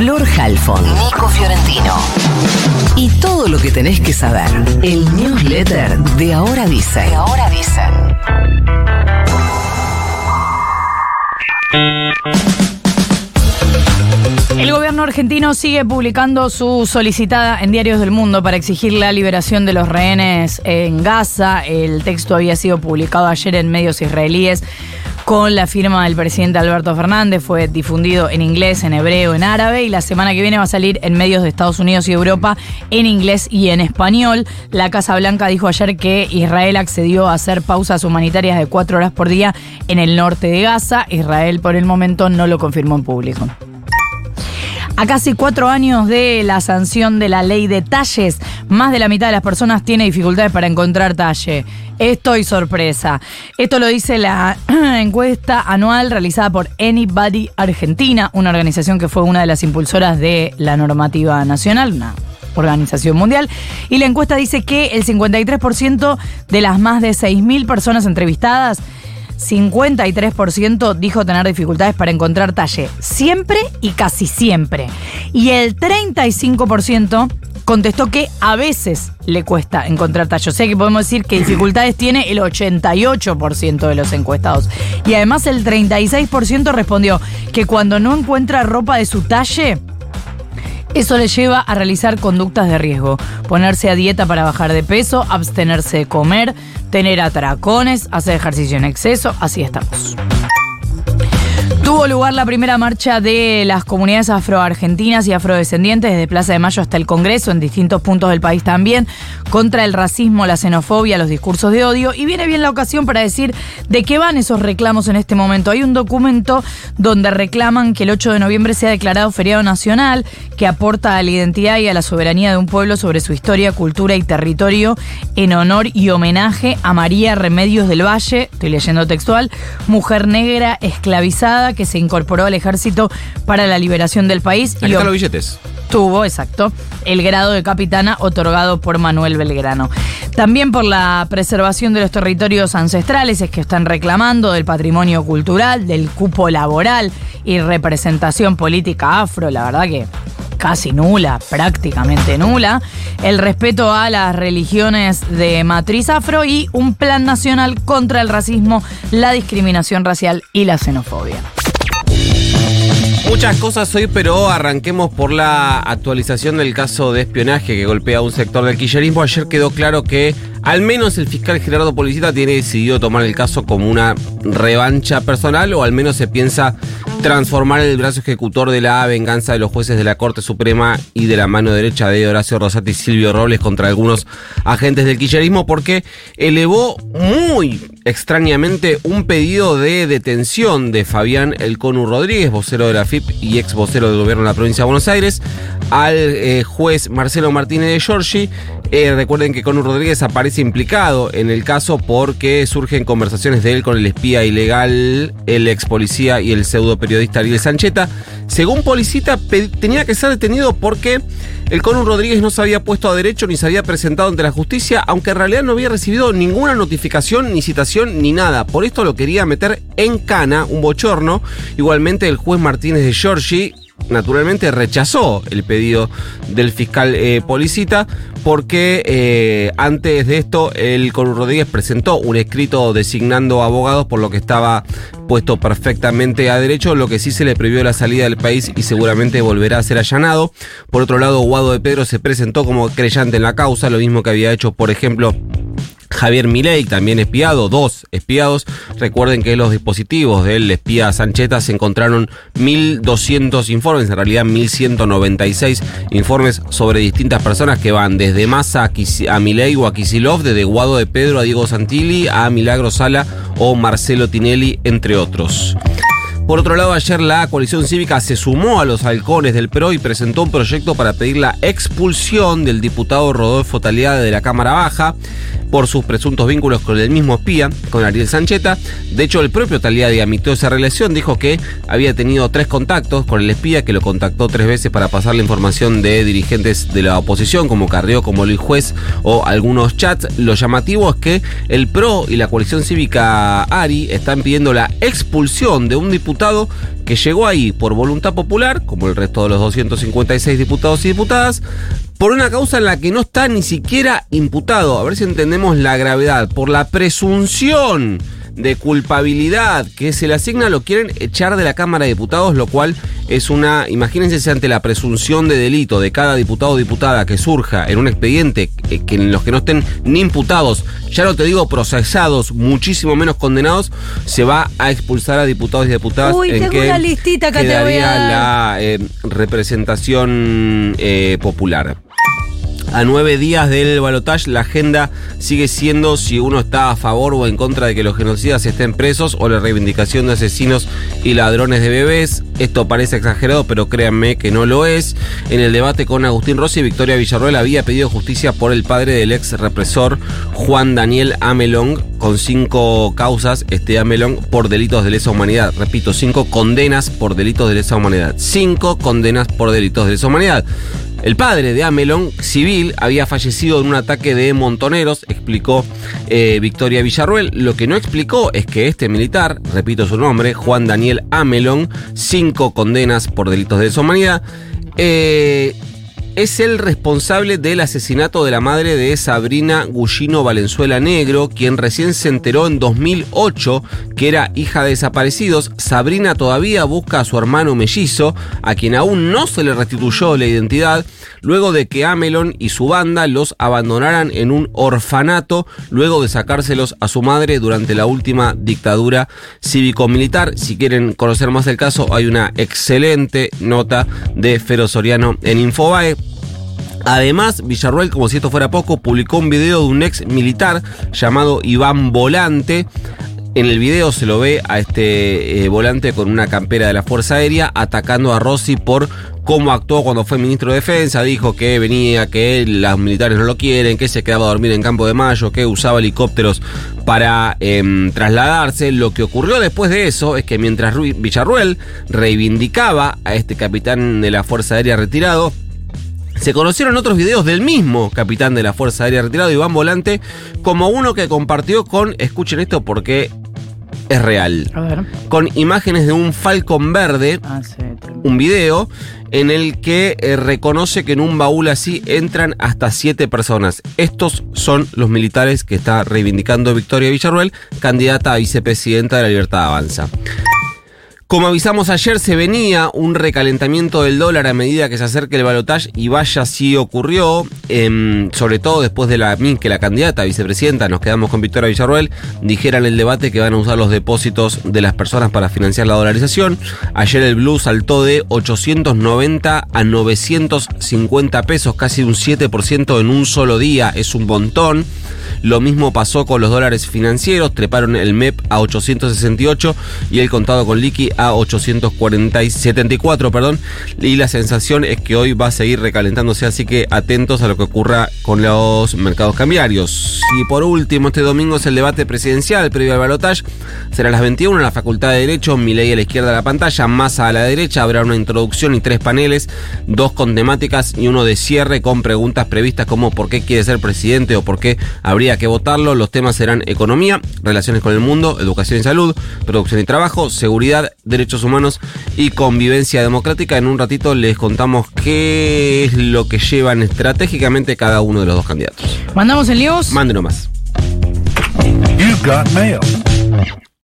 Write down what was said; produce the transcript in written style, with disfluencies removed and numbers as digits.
Flor Halfon, Nico Fiorentino. Y todo lo que tenés que saber. El newsletter de Ahora Dicen. El gobierno argentino sigue publicando su solicitada en Diarios del Mundo para exigir la liberación de los rehenes en Gaza. El texto había sido publicado ayer en medios israelíes con la firma del presidente Alberto Fernández. Fue difundido en inglés, en hebreo, en árabe, y la semana que viene va a salir en medios de Estados Unidos y Europa en inglés y en español. La Casa Blanca dijo ayer que Israel accedió a hacer pausas humanitarias de 4 horas por día en el norte de Gaza. Israel por el momento no lo confirmó en público. A casi 4 años de la sanción de la ley de talles, más de la mitad de las personas tiene dificultades para encontrar talle. Estoy sorpresa. Esto lo dice la encuesta anual realizada por Anybody Argentina, una organización que fue una de las impulsoras de la normativa nacional, una organización mundial. Y la encuesta dice que el 53% de las más de 6.000 personas entrevistadas, 53% dijo tener dificultades para encontrar talle, siempre y casi siempre. Y el 35% contestó que a veces le cuesta encontrar talle. O sea que podemos decir que dificultades tiene el 88% de los encuestados. Y además el 36% respondió que cuando no encuentra ropa de su talle, eso le lleva a realizar conductas de riesgo. Ponerse a dieta para bajar de peso, abstenerse de comer, tener atracones, hacer ejercicio en exceso. Así estamos. Tuvo lugar la primera marcha de las comunidades afroargentinas y afrodescendientes desde Plaza de Mayo hasta el Congreso, en distintos puntos del país también, contra el racismo, la xenofobia, los discursos de odio. Y viene bien la ocasión para decir de qué van esos reclamos en este momento. Hay un documento donde reclaman que el 8 de noviembre sea declarado feriado nacional, que aporta a la identidad y a la soberanía de un pueblo sobre su historia, cultura y territorio, en honor y homenaje a María Remedios del Valle, estoy leyendo textual, mujer negra esclavizada que se incorporó al ejército para la liberación del país. Aquí están los billetes. Tuvo, exacto, el grado de capitana otorgado por Manuel Belgrano. También por la preservación de los territorios ancestrales es que están reclamando, del patrimonio cultural, del cupo laboral y representación política afro, la verdad que casi nula, prácticamente nula, el respeto a las religiones de matriz afro y un plan nacional contra el racismo, la discriminación racial y la xenofobia. Muchas cosas hoy, pero arranquemos por la actualización del caso de espionaje que golpea a un sector del kirchnerismo. Ayer quedó claro que al menos el fiscal Gerardo Policita tiene decidido tomar el caso como una revancha personal, o al menos se piensa transformar el brazo ejecutor de la venganza de los jueces de la Corte Suprema y de la mano derecha de Horacio Rosati y Silvio Robles contra algunos agentes del kirchnerismo, porque elevó muy extrañamente un pedido de detención de Fabián El Conu Rodríguez, vocero de la AFIP y ex vocero del gobierno de la provincia de Buenos Aires, al juez Marcelo Martínez de Giorgi. Recuerden que Conu Rodríguez aparece implicado en el caso porque surgen conversaciones de él con el espía ilegal, el ex policía y el pseudo periodista Ariel Sancheta. Según Policita, tenía que ser detenido porque el Conu Rodríguez no se había puesto a derecho ni se había presentado ante la justicia, aunque en realidad no había recibido ninguna notificación, ni citación, ni nada. Por esto lo quería meter en cana, un bochorno. Igualmente el juez Martínez de Giorgi naturalmente rechazó el pedido del fiscal Policita, porque antes de esto el Conu Rodríguez presentó un escrito designando abogados, por lo que estaba puesto perfectamente a derecho, lo que sí se le prohibió la salida del país y seguramente volverá a ser allanado. Por otro lado, Guado de Pedro se presentó como creyente en la causa, lo mismo que había hecho, por ejemplo, Javier Milei, también espiado, 2 espiados. Recuerden que en los dispositivos del espía Sancheta se encontraron 1.200 informes, en realidad 1.196 informes sobre distintas personas que van desde Massa a Milei o a Kicillof, desde Guado de Pedro a Diego Santilli, a Milagro Sala o Marcelo Tinelli, entre otros. Por otro lado, ayer la coalición cívica se sumó a los halcones del PRO y presentó un proyecto para pedir la expulsión del diputado Rodolfo Taliada de la Cámara Baja por sus presuntos vínculos con el mismo espía, con Ariel Sancheta. De hecho, el propio Taliada admitió esa relación, dijo que había tenido 3 contactos con el espía, que lo contactó 3 veces para pasar la información de dirigentes de la oposición, como Carrió, como Luis Juez o algunos chats. Lo llamativo es que el PRO y la coalición cívica ARI están pidiendo la expulsión de un diputado diputado que llegó ahí por voluntad popular, como el resto de los 256 diputados y diputadas, por una causa en la que no está ni siquiera imputado. A ver si entendemos la gravedad. Por la presunción de culpabilidad que se le asigna, lo quieren echar de la Cámara de Diputados, lo cual es una... Imagínense si ante la presunción de delito de cada diputado o diputada que surja en un expediente, que en los que no estén ni imputados, ya no te digo procesados, muchísimo menos condenados, se va a expulsar a diputados y diputadas. Uy, en tengo que una listita que te voy a quedaría dar. la representación popular. A 9 días del balotaje, la agenda sigue siendo si uno está a favor o en contra de que los genocidas estén presos o la reivindicación de asesinos y ladrones de bebés. Esto parece exagerado, pero créanme que no lo es. En el debate con Agustín Rossi, Victoria Villarroel había pedido justicia por el padre del ex represor Juan Daniel Amelong, con 5 causas, Amelong, por delitos de lesa humanidad. Repito, 5 condenas por delitos de lesa humanidad. 5 condenas por delitos de lesa humanidad. El padre de Amelong, civil, había fallecido en un ataque de montoneros, explicó Victoria Villarroel. Lo que no explicó es que este militar, repito su nombre, Juan Daniel Amelong, 5 condenas por delitos de lesa humanidad, es el responsable del asesinato de la madre de Sabrina Gugino Valenzuela Negro, quien recién se enteró en 2008 que era hija de desaparecidos. Sabrina todavía busca a su hermano mellizo, a quien aún no se le restituyó la identidad, luego de que Amelong y su banda los abandonaran en un orfanato, luego de sacárselos a su madre durante la última dictadura cívico-militar. Si quieren conocer más el caso, hay una excelente nota de Fero Soriano en Infobae. Además, Villarroel, como si esto fuera poco, publicó un video de un ex militar llamado Iván Volante. En el video se lo ve a este Volante con una campera de la Fuerza Aérea atacando a Rossi por cómo actuó cuando fue ministro de Defensa. Dijo que venía, que los militares no lo quieren, que se quedaba a dormir en Campo de Mayo, que usaba helicópteros para trasladarse. Lo que ocurrió después de eso es que mientras Villarroel reivindicaba a este capitán de la Fuerza Aérea retirado, se conocieron otros videos del mismo capitán de la Fuerza Aérea retirado, Iván Volante, como uno que compartió con, escuchen esto porque es real, A ver. con imágenes de un Falcon verde, un video en el que reconoce que en un baúl así entran hasta 7 personas. Estos son los militares que está reivindicando Victoria Villarroel, candidata a vicepresidenta de La Libertad Avanza. Como avisamos ayer, se venía un recalentamiento del dólar a medida que se acerque el balotaje, y vaya si ocurrió, sobre todo después de que la candidata a vicepresidenta, nos quedamos con Victoria Villarroel, dijera en el debate que van a usar los depósitos de las personas para financiar la dolarización. Ayer el blue saltó de 890 a 950 pesos, casi un 7% en un solo día, es un montón. Lo mismo pasó con los dólares financieros, treparon el MEP a 868 y el contado con liqui a 874, y la sensación es que hoy va a seguir recalentándose, así que atentos a lo que ocurra con los mercados cambiarios. Y por último, este domingo es el debate presidencial previo al balotaje, será a las 21 en la Facultad de Derecho, Milei a la izquierda de la pantalla, Massa a la derecha. Habrá una introducción y 3 paneles, 2 con temáticas y uno de cierre con preguntas previstas como por qué quiere ser presidente o por qué habría que votarlo. Los temas serán economía, relaciones con el mundo, educación y salud, producción y trabajo, seguridad, derechos humanos y convivencia democrática. En un ratito les contamos qué es lo que llevan estratégicamente cada uno de los 2 candidatos. ¿Mandamos el news? Mande nomás. You've got mail.